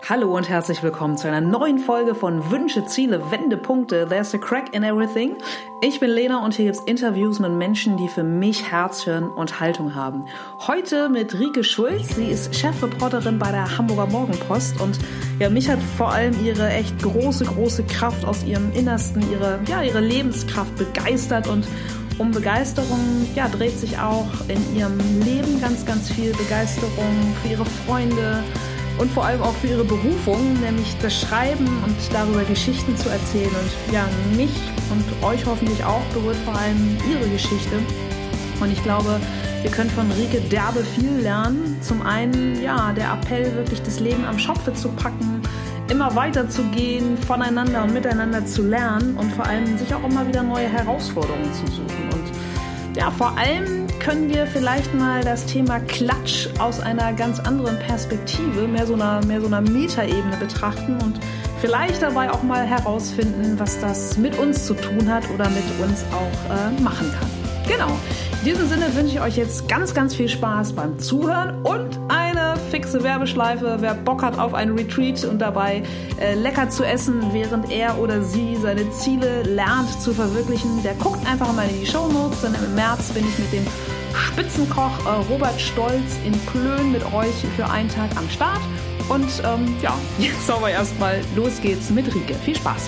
Hallo und herzlich willkommen zu einer neuen Folge von Wünsche, Ziele, Wendepunkte. There's a crack in everything. Ich bin Lena und hier gibt's Interviews mit Menschen, die für mich Herzchen und Haltung haben. Heute mit Rike Schulz. Sie ist Chefreporterin bei der Hamburger Morgenpost und ja, mich hat vor allem ihre echt große Kraft aus ihrem Innersten, ihre Lebenskraft begeistert und um Begeisterung dreht sich auch in ihrem Leben ganz viel Begeisterung für ihre Freunde und vor allem auch für ihre Berufung, nämlich das Schreiben und darüber Geschichten zu erzählen. Und ja, mich und euch hoffentlich auch berührt vor allem ihre Geschichte. Und ich glaube, ihr könnt von Rike derbe viel lernen. Zum einen, der Appell, wirklich das Leben am Schopfe zu packen, immer weiter zu gehen, voneinander und miteinander zu lernen und vor allem sich auch immer wieder neue Herausforderungen zu suchen. Und ja, vor allem können wir vielleicht mal das Thema Klatsch aus einer ganz anderen Perspektive, mehr so einer Metaebene betrachten und vielleicht dabei auch mal herausfinden, was das mit uns zu tun hat oder mit uns auch machen kann. Genau. In diesem Sinne wünsche ich euch jetzt ganz viel Spaß beim Zuhören und eine fixe Werbeschleife. Wer Bock hat auf einen Retreat und dabei lecker zu essen, während er oder sie seine Ziele lernt zu verwirklichen, der guckt einfach mal in die Shownotes. Denn im März bin ich mit dem Spitzenkoch Robert Stolz in Plön mit euch für einen Tag am Start. Und jetzt aber erstmal los geht's mit Rike. Viel Spaß!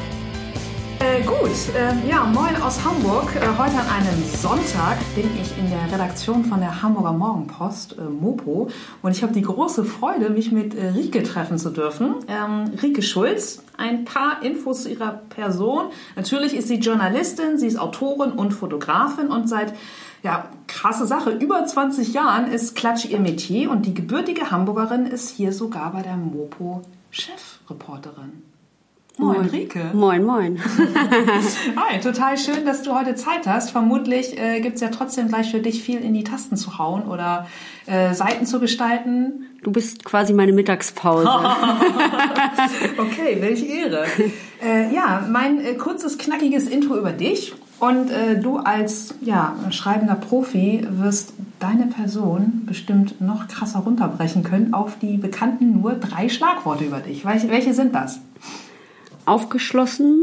Moin aus Hamburg. Heute an einem Sonntag bin ich in der Redaktion von der Hamburger Morgenpost, Mopo. Und ich habe die große Freude, mich mit Rike treffen zu dürfen. Rike Schulz, ein paar Infos zu ihrer Person. Natürlich ist sie Journalistin, sie ist Autorin und Fotografin und seit, krasse Sache, über 20 Jahren ist Klatsch ihr Metier und die gebürtige Hamburgerin ist hier sogar bei der Mopo Chefreporterin. Moin, Rike. Moin. Hi, total schön, dass du heute Zeit hast. Vermutlich gibt's ja trotzdem gleich für dich viel in die Tasten zu hauen oder Seiten zu gestalten. Du bist quasi meine Mittagspause. Okay, welche Ehre. Mein kurzes, knackiges Intro über dich. Und du als schreibender Profi wirst deine Person bestimmt noch krasser runterbrechen können auf die bekannten nur 3 Schlagworte über dich. Welche sind das? Aufgeschlossen,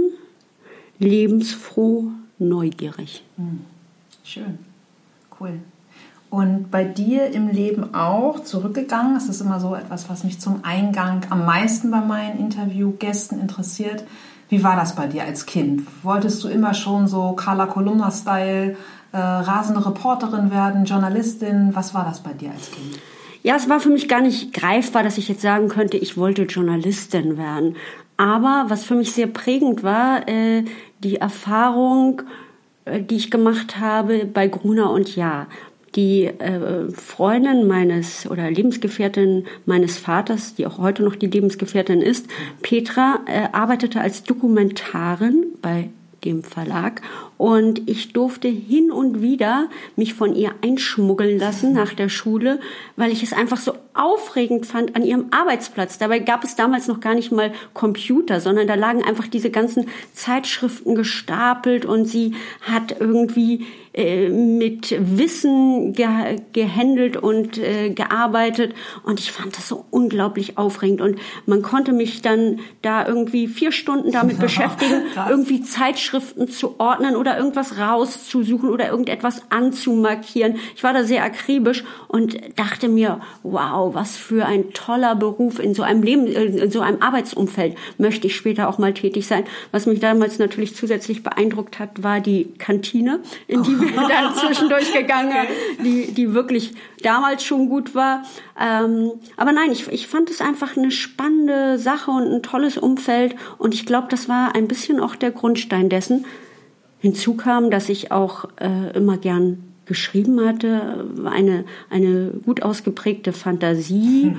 lebensfroh, neugierig. Schön, cool. Und bei dir im Leben auch zurückgegangen, das ist immer so etwas, was mich zum Eingang am meisten bei meinen Interviewgästen interessiert. Wie war das bei dir als Kind? Wolltest du immer schon so Carla Kolumna-Style, rasende Reporterin werden, Journalistin? Was war das bei dir als Kind? Ja, es war für mich gar nicht greifbar, dass ich jetzt sagen könnte, ich wollte Journalistin werden. Aber was für mich sehr prägend war, die Erfahrung, die ich gemacht habe bei Gruner und Jahr. Die Freundin Lebensgefährtin meines Vaters, die auch heute noch die Lebensgefährtin ist, Petra, arbeitete als Dokumentarin bei dem Verlag und ich durfte hin und wieder mich von ihr einschmuggeln lassen nach der Schule, weil ich es einfach so aufregend fand an ihrem Arbeitsplatz. Dabei gab es damals noch gar nicht mal Computer, sondern da lagen einfach diese ganzen Zeitschriften gestapelt und sie hat irgendwie mit Wissen gehandelt und gearbeitet und ich fand das so unglaublich aufregend und man konnte mich dann da irgendwie 4 Stunden damit beschäftigen, irgendwie Zeitschriften zu ordnen oder irgendwas rauszusuchen oder irgendetwas anzumarkieren. Ich war da sehr akribisch und dachte mir, wow, was für ein toller Beruf in so einem Leben, in so einem Arbeitsumfeld möchte ich später auch mal tätig sein. Was mich damals natürlich zusätzlich beeindruckt hat, war die Kantine, in die wir dann zwischendurch gegangen, die wirklich damals schon gut war. Aber nein, ich fand es einfach eine spannende Sache und ein tolles Umfeld und ich glaube, das war ein bisschen auch der Grundstein dessen. Hinzu kam, dass ich auch immer gern geschrieben hatte, eine gut ausgeprägte Fantasie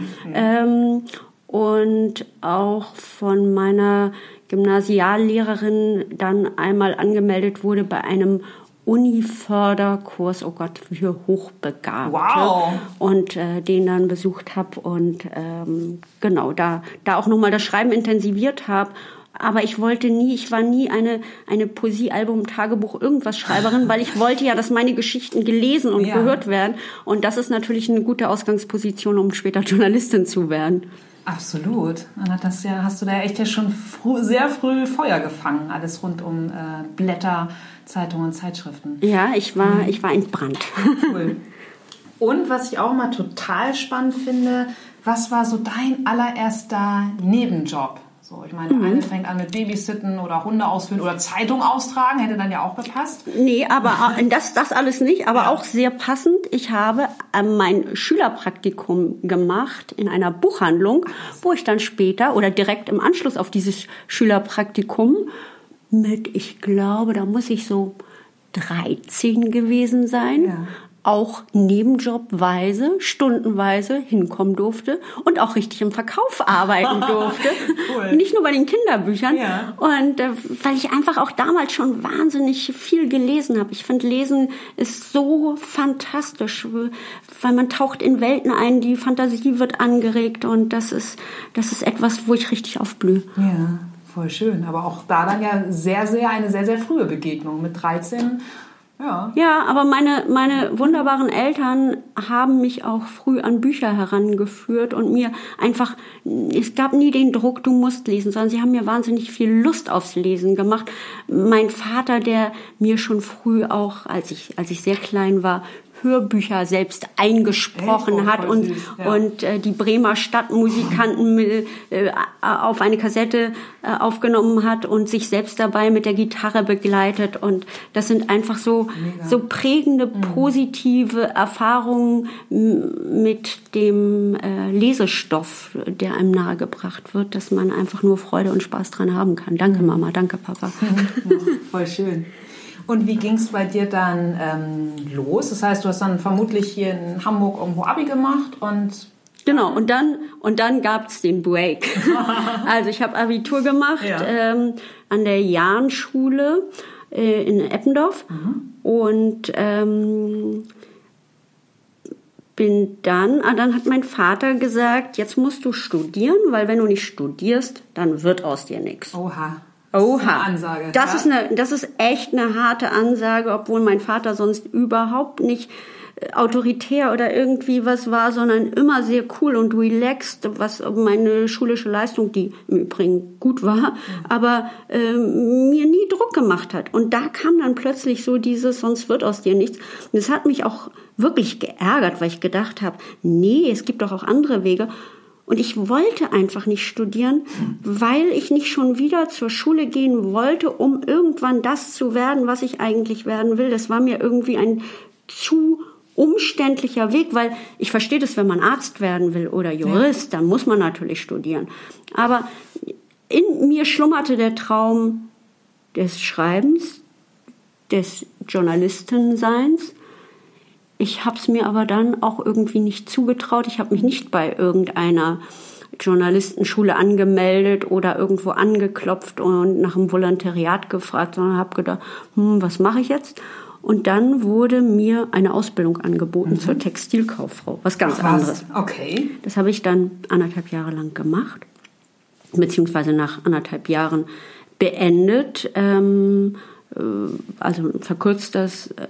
und auch von meiner Gymnasiallehrerin dann einmal angemeldet wurde bei einem Uni-Förderkurs, oh Gott, für Hochbegabte. Wow. Und den dann besucht habe und da auch nochmal das Schreiben intensiviert habe. Aber ich war nie eine Poesiealbum, Tagebuch, irgendwas Schreiberin, weil ich wollte ja, dass meine Geschichten gelesen und gehört werden. Und das ist natürlich eine gute Ausgangsposition, um später Journalistin zu werden. Absolut. Hast du da echt ja schon sehr früh Feuer gefangen, alles rund um Blätter, Zeitungen, Zeitschriften. Ja, ich war entbrannt. Cool. Und was ich auch mal total spannend finde, was war so dein allererster Nebenjob? So, ich meine, eine fängt an mit Babysitten oder Hunde ausführen oder Zeitung austragen, hätte dann ja auch gepasst. Nee, aber das alles nicht, aber auch sehr passend. Ich habe mein Schülerpraktikum gemacht in einer Buchhandlung, wo ich dann später oder direkt im Anschluss auf dieses Schülerpraktikum ich glaube, da muss ich so 13 gewesen sein, auch nebenjobweise, stundenweise hinkommen durfte und auch richtig im Verkauf arbeiten durfte. Cool. Nicht nur bei den Kinderbüchern. Ja. Und weil ich einfach auch damals schon wahnsinnig viel gelesen habe. Ich finde, Lesen ist so fantastisch, weil man taucht in Welten ein, die Fantasie wird angeregt und das ist etwas, wo ich richtig aufblühe. Ja, voll schön. Aber auch da dann ja eine sehr, sehr frühe Begegnung mit 13. Ja, aber meine wunderbaren Eltern haben mich auch früh an Bücher herangeführt und mir einfach, es gab nie den Druck, du musst lesen, sondern sie haben mir wahnsinnig viel Lust aufs Lesen gemacht. Mein Vater, der mir schon früh auch, als ich sehr klein war, Hörbücher selbst eingesprochen hat und die Bremer Stadtmusikanten auf eine Kassette aufgenommen hat und sich selbst dabei mit der Gitarre begleitet. Und das sind einfach so prägende, positive Erfahrungen mit dem Lesestoff, der einem nahegebracht wird, dass man einfach nur Freude und Spaß dran haben kann. Danke Mama, danke Papa. Voll schön. Und wie ging es bei dir dann los? Das heißt, du hast dann vermutlich hier in Hamburg irgendwo Abi gemacht und... Genau, und dann gab es den Break. Also ich habe Abitur gemacht an der Jahnschule in Eppendorf und dann hat mein Vater gesagt, jetzt musst du studieren, weil wenn du nicht studierst, dann wird aus dir nichts. Oha. Ansage. Das ist echt eine harte Ansage, obwohl mein Vater sonst überhaupt nicht autoritär oder irgendwie was war, sondern immer sehr cool und relaxed, was meine schulische Leistung, die im Übrigen gut war, aber mir nie Druck gemacht hat. Und da kam dann plötzlich so dieses, sonst wird aus dir nichts. Und das hat mich auch wirklich geärgert, weil ich gedacht habe, nee, es gibt doch auch andere Wege. Und ich wollte einfach nicht studieren, weil ich nicht schon wieder zur Schule gehen wollte, um irgendwann das zu werden, was ich eigentlich werden will. Das war mir irgendwie ein zu umständlicher Weg, weil ich verstehe das, wenn man Arzt werden will oder Jurist, dann muss man natürlich studieren. Aber in mir schlummerte der Traum des Schreibens, des Journalistenseins. Ich habe es mir aber dann auch irgendwie nicht zugetraut. Ich habe mich nicht bei irgendeiner Journalistenschule angemeldet oder irgendwo angeklopft und nach einem Volontariat gefragt, sondern habe gedacht, was mache ich jetzt? Und dann wurde mir eine Ausbildung angeboten zur Textilkauffrau, was ganz anderes. Okay. Das habe ich dann 1,5 Jahre lang gemacht, beziehungsweise nach 1,5 Jahren beendet. Also eine verkürzte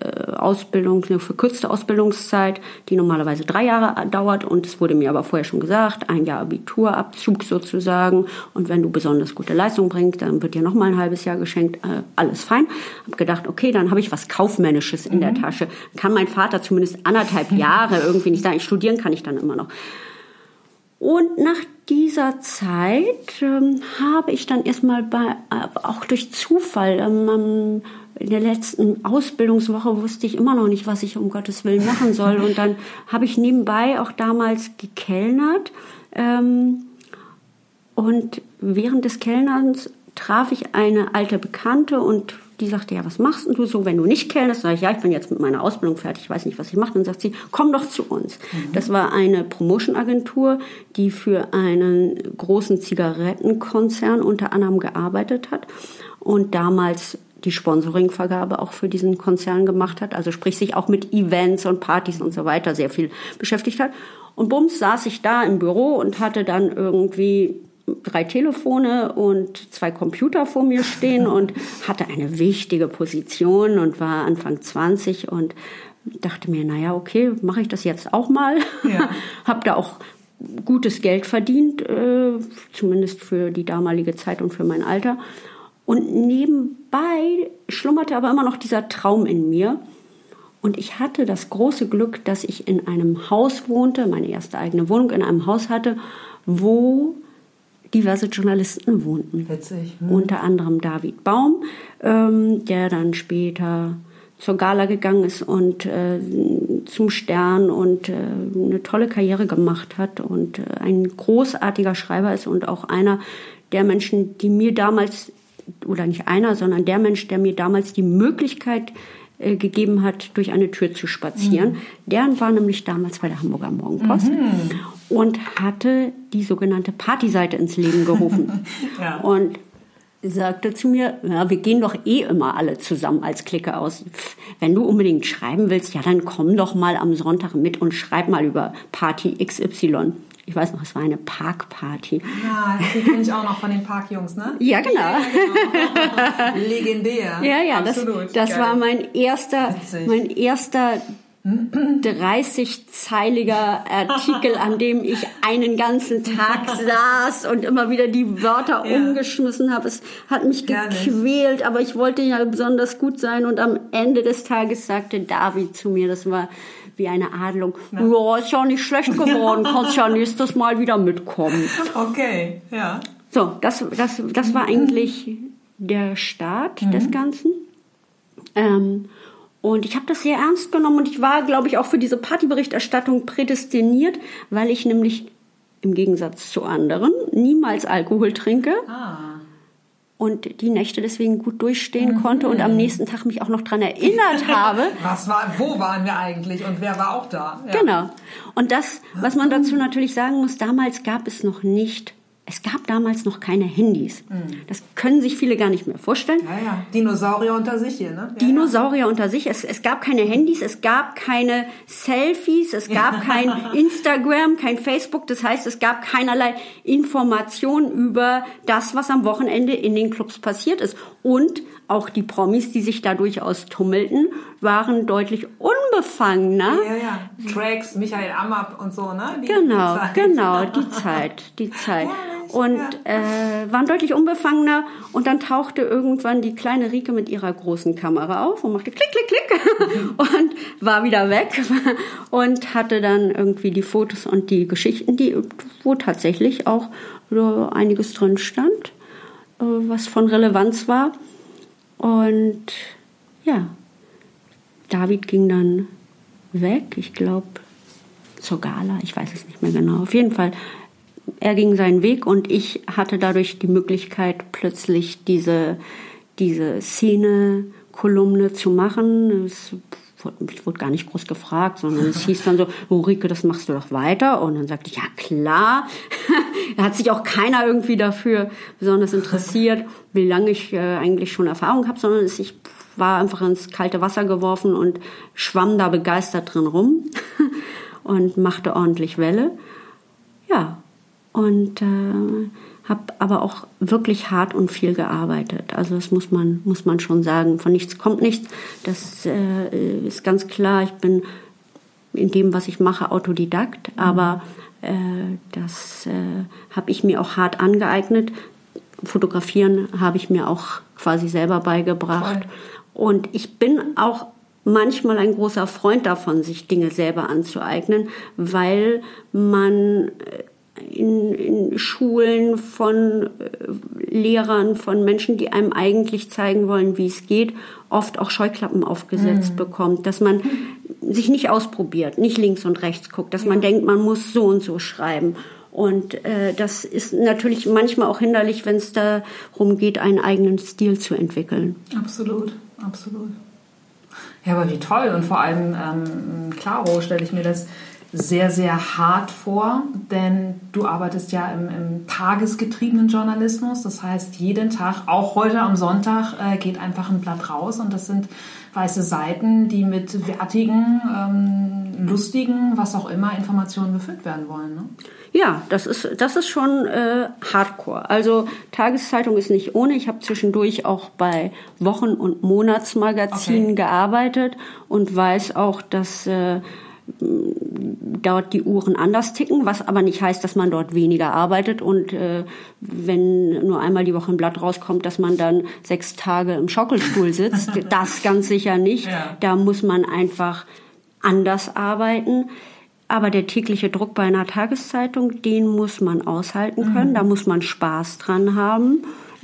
Ausbildungszeit, die normalerweise 3 Jahre dauert. Und es wurde mir aber vorher schon gesagt, 1 Jahr Abiturabzug sozusagen. Und wenn du besonders gute Leistung bringst, dann wird dir noch mal ein halbes Jahr geschenkt. Alles fein. Hab gedacht, okay, dann habe ich was Kaufmännisches in der Tasche. Kann mein Vater zumindest 1,5 Jahre irgendwie nicht sagen. Studieren kann ich dann immer noch. Und nach dieser Zeit habe ich dann erstmal auch durch Zufall, in der letzten Ausbildungswoche wusste ich immer noch nicht, was ich um Gottes Willen machen soll. Und dann habe ich nebenbei auch damals gekellnert. Und während des Kellnerns traf ich eine alte Bekannte und die sagte, ja, was machst denn du so, wenn du nicht kellnerst? Sag ich, ja, ich bin jetzt mit meiner Ausbildung fertig, ich weiß nicht, was ich mache. Dann sagt sie, komm doch zu uns. Das war eine Promotion-Agentur, die für einen großen Zigarettenkonzern unter anderem gearbeitet hat und damals die Sponsoringvergabe auch für diesen Konzern gemacht hat, also sprich sich auch mit Events und Partys und so weiter sehr viel beschäftigt hat. Und bums saß ich da im Büro und hatte dann irgendwie 3 Telefone und 2 Computer vor mir stehen und hatte eine wichtige Position und war Anfang 20 und dachte mir, naja, okay, mache ich das jetzt auch mal. Ja. Habe da auch gutes Geld verdient, zumindest für die damalige Zeit und für mein Alter. Und nebenbei schlummerte aber immer noch dieser Traum in mir. Und ich hatte das große Glück, dass ich in einem Haus wohnte, meine erste eigene Wohnung in einem Haus hatte, wo diverse Journalisten wohnten. Witzig. Unter anderem David Baum, der dann später zur Gala gegangen ist und zum Stern und eine tolle Karriere gemacht hat und ein großartiger Schreiber ist und auch einer der Menschen, die mir damals, oder nicht einer, sondern der Mensch, der mir damals die Möglichkeit gegeben hat, durch eine Tür zu spazieren. Der war nämlich damals bei der Hamburger Morgenpost und hatte die sogenannte Partyseite ins Leben gerufen. Ja. Und sagte zu mir, ja, wir gehen doch immer alle zusammen als Clique aus. Wenn du unbedingt schreiben willst, ja, dann komm doch mal am Sonntag mit und schreib mal über Party XY. Ich weiß noch, es war eine Parkparty. Ja, die kenne ich auch noch von den Parkjungs, ne? Ja, genau. Ja, genau. Legendär. Ja, absolut. Das war mein erster 30-zeiliger Artikel, an dem ich einen ganzen Tag saß und immer wieder die Wörter umgeschmissen habe. Es hat mich gequält, aber ich wollte ja besonders gut sein. Und am Ende des Tages sagte David zu mir, das war wie eine Adelung, ja, ist ja nicht schlecht geworden, kannst ja nächstes Mal wieder mitkommen. Okay, ja. So, das war eigentlich der Start des Ganzen. Und ich habe das sehr ernst genommen und ich war, glaube ich, auch für diese Partyberichterstattung prädestiniert, weil ich nämlich im Gegensatz zu anderen niemals Alkohol trinke und die Nächte deswegen gut durchstehen konnte und am nächsten Tag mich auch noch dran erinnert habe. Wo waren wir eigentlich und wer war auch da? Ja. Genau. Und das, was man dazu natürlich sagen muss, damals gab es damals noch keine Handys. Das können sich viele gar nicht mehr vorstellen. Ja. Dinosaurier unter sich hier, ne? Ja, Dinosaurier unter sich. Es gab keine Handys, es gab keine Selfies, es gab kein Instagram, kein Facebook. Das heißt, es gab keinerlei Informationen über das, was am Wochenende in den Clubs passiert ist. Und auch die Promis, die sich da durchaus tummelten, waren deutlich unbefangener. Ja. Tracks, Michael Amap und so, ne? Die Zeit. Und waren deutlich unbefangener. Und dann tauchte irgendwann die kleine Rike mit ihrer großen Kamera auf und machte Klick, Klick, Klick und war wieder weg und hatte dann irgendwie die Fotos und die Geschichten, wo tatsächlich auch einiges drin stand, was von Relevanz war. Und ja, David ging dann weg, ich glaube zur Gala, ich weiß es nicht mehr genau. Auf jeden Fall, er ging seinen Weg und ich hatte dadurch die Möglichkeit, plötzlich diese Szene-Kolumne zu machen. Ich wurde gar nicht groß gefragt, sondern es hieß dann so, Rike, das machst du doch weiter. Und dann sagte ich, ja klar. Da hat sich auch keiner irgendwie dafür besonders interessiert, wie lange ich eigentlich schon Erfahrung habe, sondern ich war einfach ins kalte Wasser geworfen und schwamm da begeistert drin rum und machte ordentlich Welle. Ja, und habe aber auch wirklich hart und viel gearbeitet. Also das muss man schon sagen. Von nichts kommt nichts. Das ist ganz klar. Ich bin in dem, was ich mache, Autodidakt. Aber das habe ich mir auch hart angeeignet. Fotografieren habe ich mir auch quasi selber beigebracht. Voll. Und ich bin auch manchmal ein großer Freund davon, sich Dinge selber anzueignen, weil man in Schulen von Lehrern, von Menschen, die einem eigentlich zeigen wollen, wie es geht, oft auch Scheuklappen aufgesetzt bekommt, dass man sich nicht ausprobiert, nicht links und rechts guckt, dass man denkt, man muss so und so schreiben. Und das ist natürlich manchmal auch hinderlich, wenn es darum geht, einen eigenen Stil zu entwickeln. Absolut. Ja, aber wie toll. Und vor allem, Claro, stelle ich mir das sehr, sehr hart vor, denn du arbeitest ja im tagesgetriebenen Journalismus. Das heißt, jeden Tag, auch heute am Sonntag, geht einfach ein Blatt raus und das sind weiße Seiten, die mit wertigen, lustigen, was auch immer, Informationen befüllt werden wollen. Ne? Ja, das ist schon Hardcore. Also Tageszeitung ist nicht ohne. Ich habe zwischendurch auch bei Wochen- und Monatsmagazinen gearbeitet und weiß auch, dass dort die Uhren anders ticken, was aber nicht heißt, dass man dort weniger arbeitet und wenn nur einmal die Woche ein Blatt rauskommt, dass man dann 6 Tage im Schaukelstuhl sitzt. Das ganz sicher nicht. Ja. Da muss man einfach anders arbeiten. Aber der tägliche Druck bei einer Tageszeitung, den muss man aushalten können. Da muss man Spaß dran haben.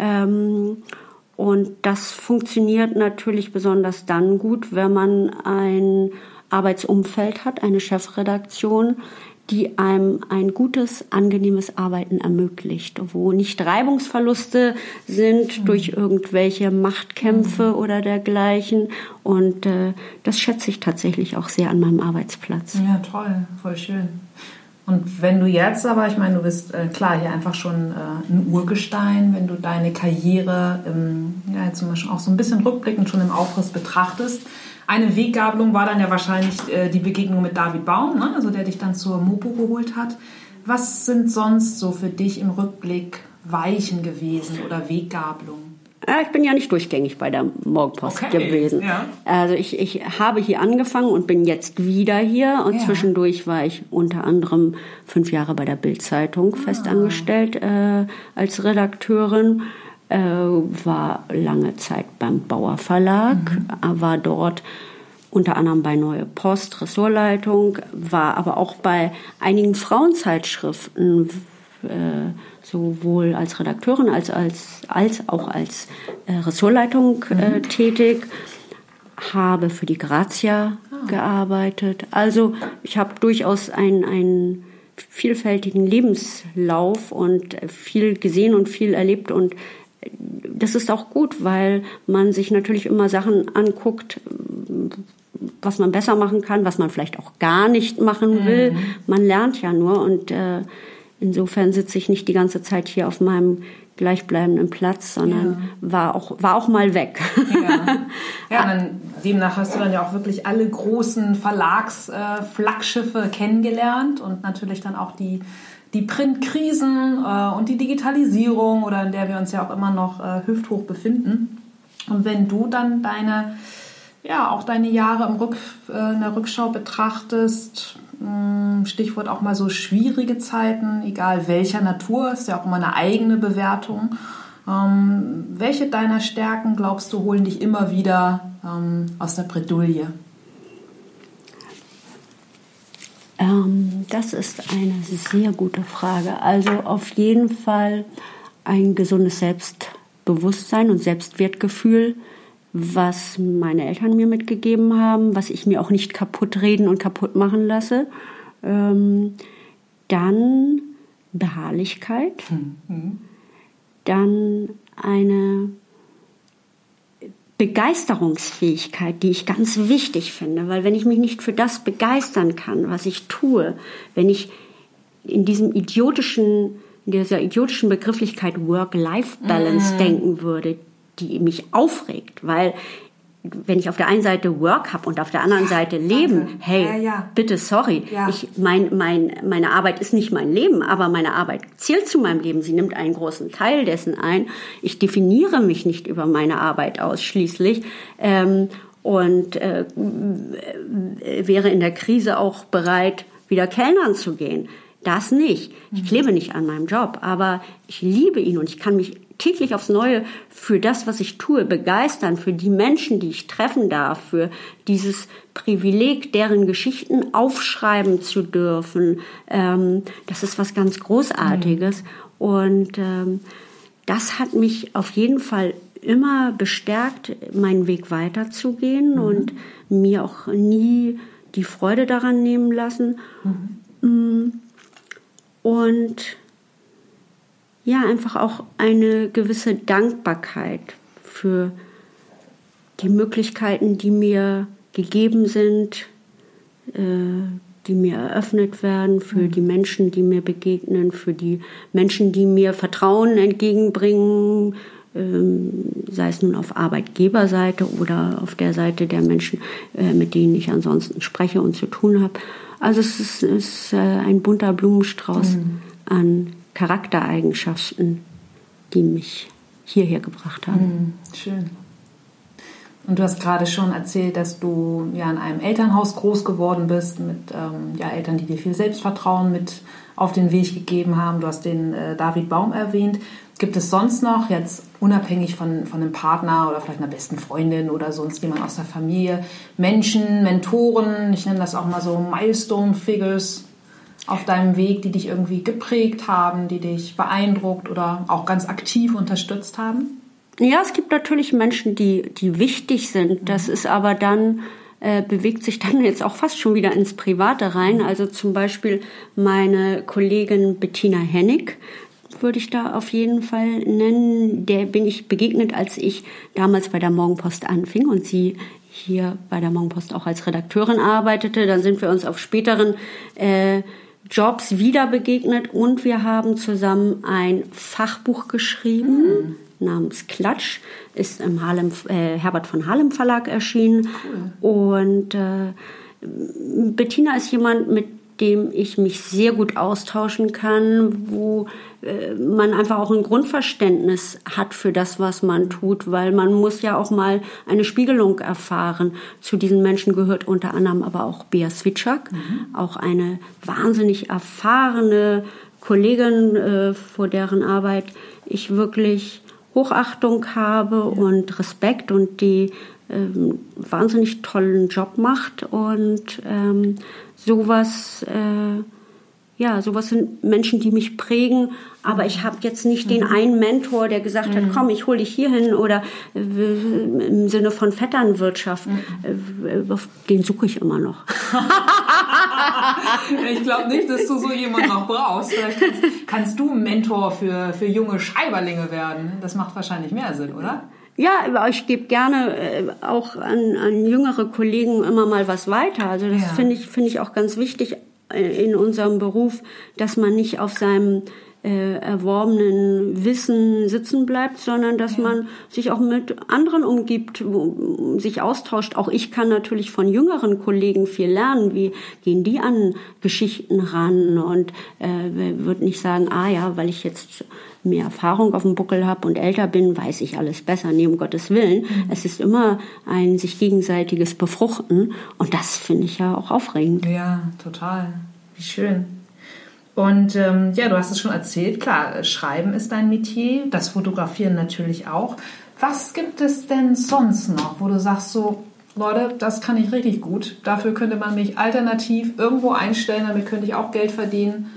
Und das funktioniert natürlich besonders dann gut, wenn man ein Arbeitsumfeld hat, eine Chefredaktion, die einem ein gutes, angenehmes Arbeiten ermöglicht, wo nicht Reibungsverluste sind durch irgendwelche Machtkämpfe oder dergleichen. Und das schätze ich tatsächlich auch sehr an meinem Arbeitsplatz. Ja, toll, voll schön. Und wenn du jetzt aber, ich meine, du bist klar hier einfach schon ein Urgestein, wenn du deine Karriere jetzt zum Beispiel auch so ein bisschen rückblickend schon im Aufriss betrachtest. Eine Weggabelung war dann ja wahrscheinlich die Begegnung mit David Baum, ne? Also der dich dann zur Mopo geholt hat. Was sind sonst so für dich im Rückblick Weichen gewesen oder Weggabelungen? Ich bin ja nicht durchgängig bei der Morgenpost gewesen. Ja. Also ich habe hier angefangen und bin jetzt wieder hier. Und zwischendurch war ich unter anderem 5 Jahre bei der Bild-Zeitung festangestellt als Redakteurin. War lange Zeit beim Bauer Verlag, war dort unter anderem bei Neue Post, Ressortleitung, war aber auch bei einigen Frauenzeitschriften sowohl als Redakteurin als auch als Ressortleitung tätig, habe für die Grazia gearbeitet. Also ich habe durchaus einen vielfältigen Lebenslauf und viel gesehen und viel erlebt und das ist auch gut, weil man sich natürlich immer Sachen anguckt, was man besser machen kann, was man vielleicht auch gar nicht machen will. Man lernt ja nur und insofern sitze ich nicht die ganze Zeit hier auf meinem gleichbleibenden Platz, sondern war auch mal weg. Ja, dann, demnach hast du dann ja auch wirklich alle großen Verlagsflaggschiffe kennengelernt und natürlich dann auch die Printkrisen und die Digitalisierung, oder in der wir uns ja auch immer noch hüfthoch befinden. Und wenn du dann deine Jahre in der Rückschau betrachtest, Stichwort auch mal so schwierige Zeiten, egal welcher Natur, ist ja auch immer eine eigene Bewertung. Welche deiner Stärken, glaubst du, holen dich immer wieder aus der Bredouille? Das ist eine sehr gute Frage. Also auf jeden Fall ein gesundes Selbstbewusstsein und Selbstwertgefühl, was meine Eltern mir mitgegeben haben, was ich mir auch nicht kaputt reden und kaputt machen lasse. Dann Beharrlichkeit, dann eine Begeisterungsfähigkeit, die ich ganz wichtig finde, weil wenn ich mich nicht für das begeistern kann, was ich tue, wenn ich in dieser idiotischen Begrifflichkeit Work-Life-Balance denken würde, die mich aufregt, weil wenn ich auf der einen Seite Work habe und auf der anderen Seite Leben, bitte, sorry, meine Arbeit ist nicht mein Leben, aber meine Arbeit zählt zu meinem Leben, sie nimmt einen großen Teil dessen ein. Ich definiere mich nicht über meine Arbeit ausschließlich und wäre in der Krise auch bereit, wieder kellnern zu gehen. Das nicht. Ich klebe nicht an meinem Job, aber ich liebe ihn und ich kann mich täglich aufs Neue für das, was ich tue, begeistern, für die Menschen, die ich treffen darf, für dieses Privileg, deren Geschichten aufschreiben zu dürfen. Das ist was ganz Großartiges. Und das hat mich auf jeden Fall immer bestärkt, meinen Weg weiterzugehen und mir auch nie die Freude daran nehmen lassen. Und ja, einfach auch eine gewisse Dankbarkeit für die Möglichkeiten, die mir gegeben sind, die mir eröffnet werden, für die Menschen, die mir begegnen, für die Menschen, die mir Vertrauen entgegenbringen, sei es nun auf Arbeitgeberseite oder auf der Seite der Menschen, mit denen ich ansonsten spreche und zu tun habe. Also es ist ein bunter Blumenstrauß an Charaktereigenschaften, die mich hierher gebracht haben. Schön. Und du hast gerade schon erzählt, dass du ja in einem Elternhaus groß geworden bist, mit Eltern, die dir viel Selbstvertrauen mit auf den Weg gegeben haben. Du hast den David Baum erwähnt. Gibt es sonst noch, jetzt unabhängig von einem Partner oder vielleicht einer besten Freundin oder sonst jemand aus der Familie, Menschen, Mentoren, ich nenne das auch mal so Milestone-Figures auf deinem Weg, die dich irgendwie geprägt haben, die dich beeindruckt oder auch ganz aktiv unterstützt haben? Ja, es gibt natürlich Menschen, die wichtig sind. Das ist aber dann, bewegt sich dann jetzt auch fast schon wieder ins Private rein. Also zum Beispiel meine Kollegin Bettina Hennig würde ich da auf jeden Fall nennen. Der bin ich begegnet, als ich damals bei der Morgenpost anfing und sie hier bei der Morgenpost auch als Redakteurin arbeitete. Dann sind wir uns auf späteren Jobs wieder begegnet und wir haben zusammen ein Fachbuch geschrieben. Namens Klatsch, ist im Herbert von Halem Verlag erschienen. Cool. Und Bettina ist jemand, mit dem ich mich sehr gut austauschen kann, wo man einfach auch ein Grundverständnis hat für das, was man tut, weil man muss ja auch mal eine Spiegelung erfahren. Zu diesen Menschen gehört unter anderem aber auch Bea Switschak, auch eine wahnsinnig erfahrene Kollegin, vor deren Arbeit ich wirklich Hochachtung habe und Respekt und die wahnsinnig tollen Job macht und sowas sind Menschen, die mich prägen, aber ich habe jetzt nicht den einen Mentor, der gesagt hat, komm, ich hole dich hier hin oder im Sinne von Vetternwirtschaft, den suche ich immer noch. Ich glaube nicht, dass du so jemanden noch brauchst. Vielleicht kannst du Mentor für junge Schreiberlinge werden. Das macht wahrscheinlich mehr Sinn, oder? Ja, aber ich gebe gerne auch an jüngere Kollegen immer mal was weiter. Also das finde ich auch ganz wichtig in unserem Beruf, dass man nicht auf seinem erworbenen Wissen sitzen bleibt, sondern dass man sich auch mit anderen umgibt, sich austauscht. Auch ich kann natürlich von jüngeren Kollegen viel lernen. Wie gehen die an Geschichten ran? Und würde nicht sagen, weil ich jetzt mehr Erfahrung auf dem Buckel habe und älter bin, weiß ich alles besser. Nee, um Gottes Willen. Es ist immer ein sich gegenseitiges Befruchten. Und das finde ich ja auch aufregend. Ja, total. Wie schön. Und du hast es schon erzählt, klar, Schreiben ist dein Metier, das Fotografieren natürlich auch. Was gibt es denn sonst noch, wo du sagst so, Leute, das kann ich richtig gut, dafür könnte man mich alternativ irgendwo einstellen, damit könnte ich auch Geld verdienen.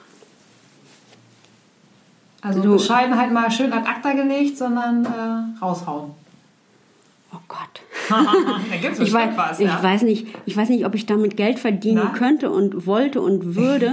Also Bescheidenheit mal schön ad acta gelegt, sondern raushauen. Oh Gott. Da gibt's bestimmt was, ja. Ich weiß nicht, ob ich damit Geld verdienen könnte und wollte und würde.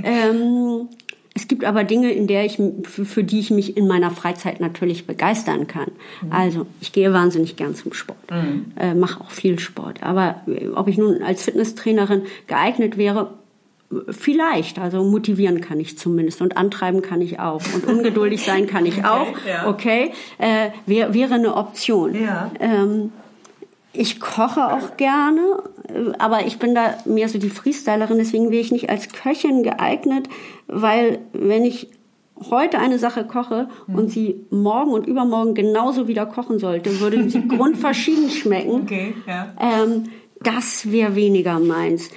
Es gibt aber Dinge, für die ich mich in meiner Freizeit natürlich begeistern kann. Also ich gehe wahnsinnig gern zum Sport, mache auch viel Sport. Aber ob ich nun als Fitnesstrainerin geeignet wäre, vielleicht. Also motivieren kann ich zumindest und antreiben kann ich auch und ungeduldig sein kann ich auch. Ja. Okay, wäre eine Option. Ja. Ich koche auch gerne, aber ich bin da mehr so die Freestylerin, deswegen wäre ich nicht als Köchin geeignet, weil wenn ich heute eine Sache koche und sie morgen und übermorgen genauso wieder kochen sollte, würde sie grundverschieden schmecken. Okay, ja. Das wäre weniger meins.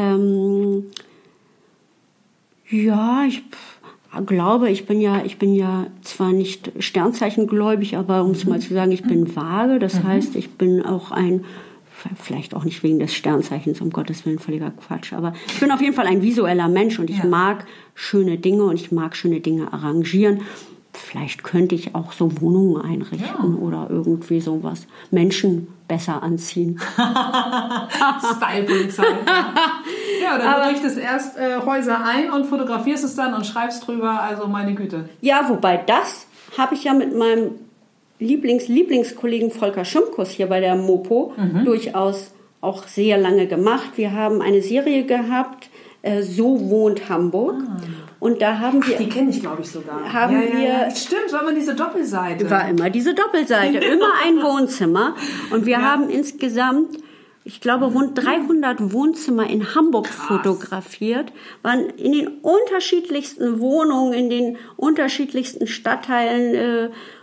Ich glaube, ich bin ja zwar nicht sternzeichengläubig, aber um es mal zu sagen, ich bin vage. Das heißt, ich bin auch vielleicht auch nicht wegen des Sternzeichens, um Gottes Willen, völliger Quatsch, aber ich bin auf jeden Fall ein visueller Mensch und ich mag schöne Dinge und ich mag schöne Dinge arrangieren. Vielleicht könnte ich auch so Wohnungen einrichten oder irgendwie sowas. Menschen besser anziehen. Style-Polizei. Ja, oder du richtest erst Häuser ein und fotografierst es dann und schreibst drüber, also meine Güte. Ja, wobei das habe ich ja mit meinem Lieblingskollegen Volker Schimkus hier bei der Mopo durchaus auch sehr lange gemacht. Wir haben eine Serie gehabt, So wohnt Hamburg. Und da haben wir... die kenne ich, glaube ich, sogar. Stimmt, war immer diese Doppelseite. War immer diese Doppelseite. Immer ein Wohnzimmer. Und wir haben insgesamt, ich glaube, rund 300 Wohnzimmer in Hamburg fotografiert. Waren in den unterschiedlichsten Wohnungen, in den unterschiedlichsten Stadtteilen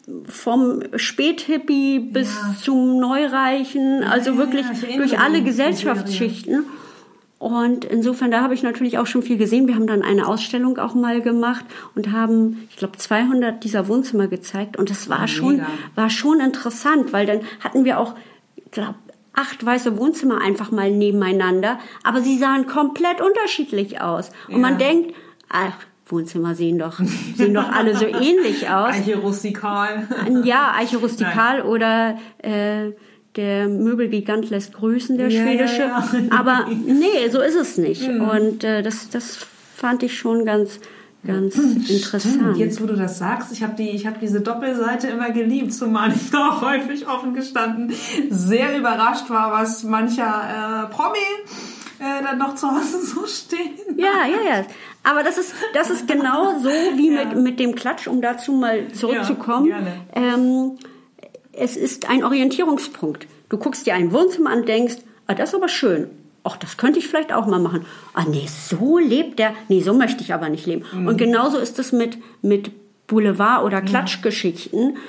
vom Späthippie bis zum Neureichen, also wirklich durch alle Gesellschaftsschichten. Und insofern, da habe ich natürlich auch schon viel gesehen. Wir haben dann eine Ausstellung auch mal gemacht und haben, ich glaube, 200 dieser Wohnzimmer gezeigt. Und das war schon interessant, weil dann hatten wir auch, ich glaube, 8 weiße Wohnzimmer einfach mal nebeneinander. Aber sie sahen komplett unterschiedlich aus. Und man denkt, ach, Wohnzimmer sehen doch alle so ähnlich aus. Eiche rustikal. Ja, Eiche rustikal oder der Möbelgigant lässt grüßen, der schwedische. Ja. Aber nee, so ist es nicht. Und das fand ich schon ganz interessant. Jetzt, wo du das sagst, ich hab diese Doppelseite immer geliebt, zumal ich auch häufig offen gestanden sehr überrascht war, was mancher Promi dann noch zu Hause so stehen. Ja. Aber das ist genau so wie mit dem Klatsch, um dazu mal zurückzukommen. Ja, gerne. Es ist ein Orientierungspunkt. Du guckst dir ein Wohnzimmer an, denkst, das ist aber schön. Ach, das könnte ich vielleicht auch mal machen. Nee, so lebt der. Nee, so möchte ich aber nicht leben. Und genauso ist es mit Boulevard- oder Klatschgeschichten.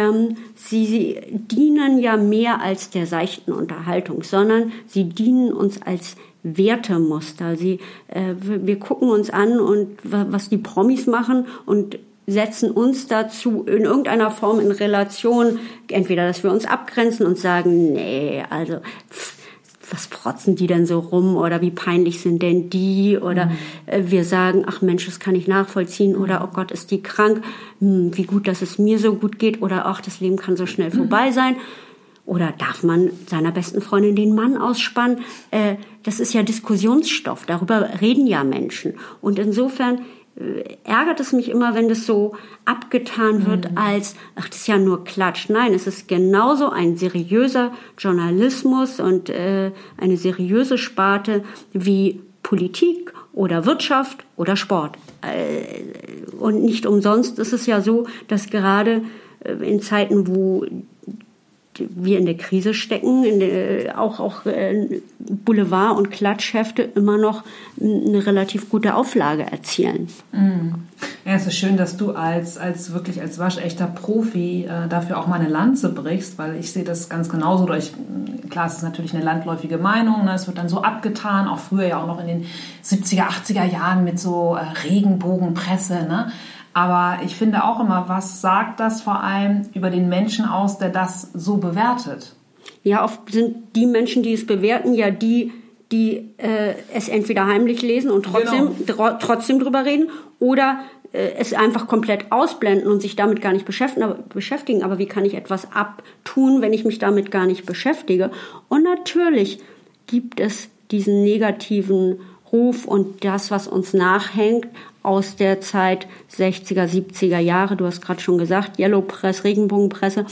Sie dienen ja mehr als der seichten Unterhaltung, sondern sie dienen uns als Wertemuster. Wir gucken uns an, und was die Promis machen, und setzen uns dazu in irgendeiner Form in Relation, entweder, dass wir uns abgrenzen und sagen, nee, also was protzen die denn so rum, oder wie peinlich sind denn die, oder wir sagen, ach Mensch, das kann ich nachvollziehen, oder oh Gott, ist die krank, wie gut, dass es mir so gut geht, oder ach, das Leben kann so schnell vorbei sein. Oder darf man seiner besten Freundin den Mann ausspannen? Das ist ja Diskussionsstoff, darüber reden ja Menschen. Und insofern ärgert es mich immer, wenn das so abgetan wird als, ach, das ist ja nur Klatsch. Nein, es ist genauso ein seriöser Journalismus und eine seriöse Sparte wie Politik oder Wirtschaft oder Sport. Und nicht umsonst ist es ja so, dass gerade in Zeiten, wo wir in der Krise stecken, auch Boulevard- und Klatschhefte immer noch eine relativ gute Auflage erzielen. Ja, es ist schön, dass du als waschechter Profi dafür auch mal eine Lanze brichst, weil ich sehe das ganz genauso. Klar, es ist natürlich eine landläufige Meinung, ne? Es wird dann so abgetan, auch früher ja auch noch in den 70er, 80er Jahren mit so Regenbogenpresse, ne? Aber ich finde auch immer, was sagt das vor allem über den Menschen aus, der das so bewertet? Ja, oft sind die Menschen, die es bewerten, ja die es entweder heimlich lesen und trotzdem drüber reden, oder es einfach komplett ausblenden und sich damit gar nicht beschäftigen. Aber wie kann ich etwas abtun, wenn ich mich damit gar nicht beschäftige? Und natürlich gibt es diesen negativen Ruf und das, was uns nachhängt aus der Zeit 60er, 70er Jahre, du hast gerade schon gesagt, Yellow Press, Regenbogenpresse,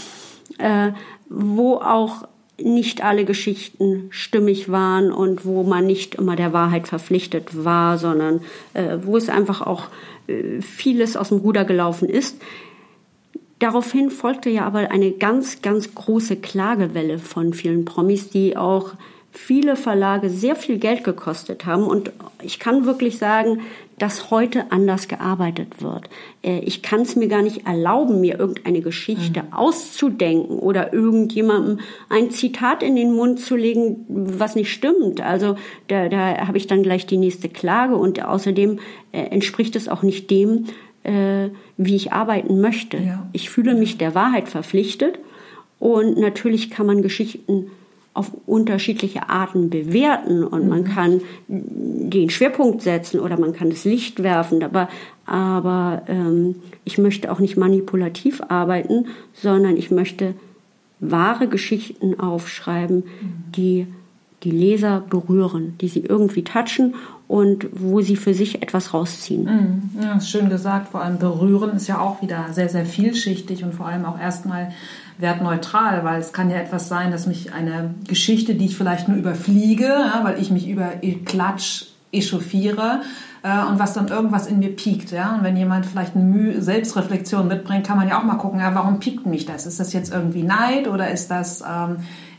wo auch nicht alle Geschichten stimmig waren und wo man nicht immer der Wahrheit verpflichtet war, sondern wo es einfach auch vieles aus dem Ruder gelaufen ist. Daraufhin folgte ja aber eine ganz, ganz große Klagewelle von vielen Promis, die auch viele Verlage sehr viel Geld gekostet haben. Und ich kann wirklich sagen, dass heute anders gearbeitet wird. Ich kann es mir gar nicht erlauben, mir irgendeine Geschichte auszudenken oder irgendjemandem ein Zitat in den Mund zu legen, was nicht stimmt. Also da habe ich dann gleich die nächste Klage, und außerdem entspricht es auch nicht dem, wie ich arbeiten möchte. Ja. Ich fühle mich der Wahrheit verpflichtet, und natürlich kann man Geschichten auf unterschiedliche Arten bewerten, und man kann den Schwerpunkt setzen oder man kann das Licht werfen, aber ich möchte auch nicht manipulativ arbeiten, sondern ich möchte wahre Geschichten aufschreiben, die die Leser berühren, die sie irgendwie touchen und wo sie für sich etwas rausziehen. Ja, ist schön gesagt. Vor allem berühren ist ja auch wieder sehr, sehr vielschichtig und vor allem auch erstmal wertneutral, weil es kann ja etwas sein, dass mich eine Geschichte, die ich vielleicht nur überfliege, ja, weil ich mich über Klatsch echauffiere, und was dann irgendwas in mir piekt. Ja? Und wenn jemand vielleicht eine Selbstreflexion mitbringt, kann man ja auch mal gucken, ja, warum piekt mich das? Ist das jetzt irgendwie Neid oder ist das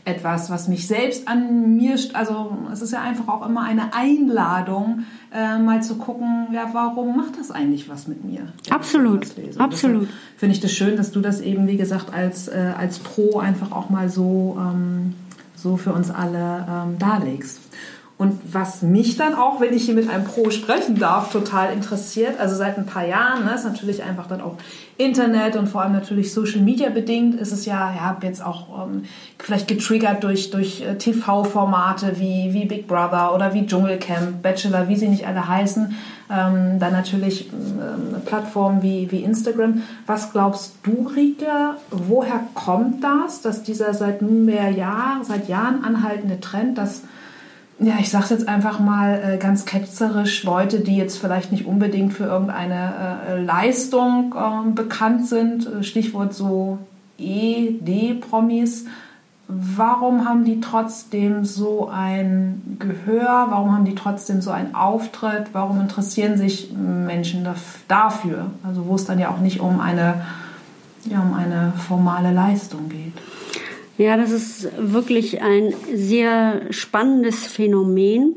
etwas, was mich selbst an mir, also es ist ja einfach auch immer eine Einladung, mal zu gucken, ja, warum macht das eigentlich was mit mir? Absolut, absolut. Finde ich das schön, dass du das eben, wie gesagt, als Pro einfach auch mal so für uns alle darlegst. Und was mich dann auch, wenn ich hier mit einem Pro sprechen darf, total interessiert, also seit ein paar Jahren, ist natürlich einfach dann auch Internet und vor allem natürlich Social Media bedingt, ist es ja jetzt auch vielleicht getriggert durch TV-Formate wie Big Brother oder wie Dschungelcamp, Bachelor, wie sie nicht alle heißen, dann natürlich Plattformen wie Instagram. Was glaubst du, Rike, woher kommt das, dass dieser seit Jahren anhaltende Trend, dass, ja, ich sag's jetzt einfach mal ganz ketzerisch, Leute, die jetzt vielleicht nicht unbedingt für irgendeine Leistung bekannt sind, Stichwort so ED-Promis, warum haben die trotzdem so ein Gehör, warum haben die trotzdem so einen Auftritt, warum interessieren sich Menschen dafür? Also wo es dann ja auch nicht um eine formale Leistung geht. Ja, das ist wirklich ein sehr spannendes Phänomen,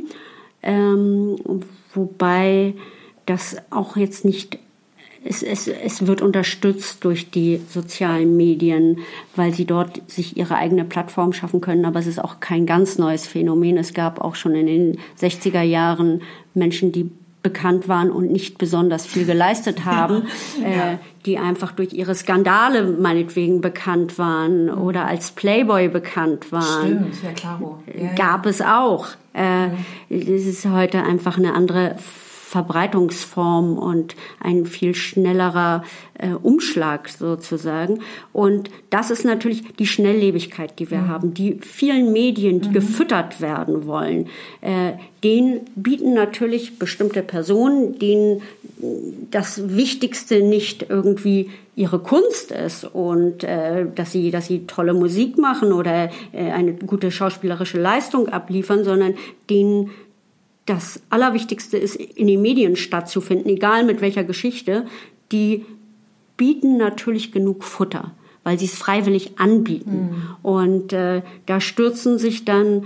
wobei das auch jetzt nicht, es wird unterstützt durch die sozialen Medien, weil sie dort sich ihre eigene Plattform schaffen können, aber es ist auch kein ganz neues Phänomen. Es gab auch schon in den 60er Jahren Menschen, die bekannt waren und nicht besonders viel geleistet haben, die einfach durch ihre Skandale meinetwegen bekannt waren oder als Playboy bekannt waren. Stimmt, ja, klaro. Gab es auch. Es ist heute einfach eine andere Verbreitungsform und ein viel schnellerer Umschlag sozusagen. Und das ist natürlich die Schnelllebigkeit, die wir haben. Die vielen Medien, die gefüttert werden wollen, denen bieten natürlich bestimmte Personen, denen das Wichtigste nicht irgendwie ihre Kunst ist und dass sie tolle Musik machen oder eine gute schauspielerische Leistung abliefern, sondern denen das Allerwichtigste ist, in den Medien stattzufinden, egal mit welcher Geschichte. Die bieten natürlich genug Futter, weil sie es freiwillig anbieten. Und da stürzen sich dann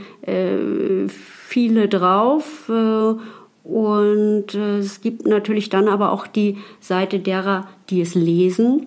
viele drauf. Und es gibt natürlich dann aber auch die Seite derer, die es lesen.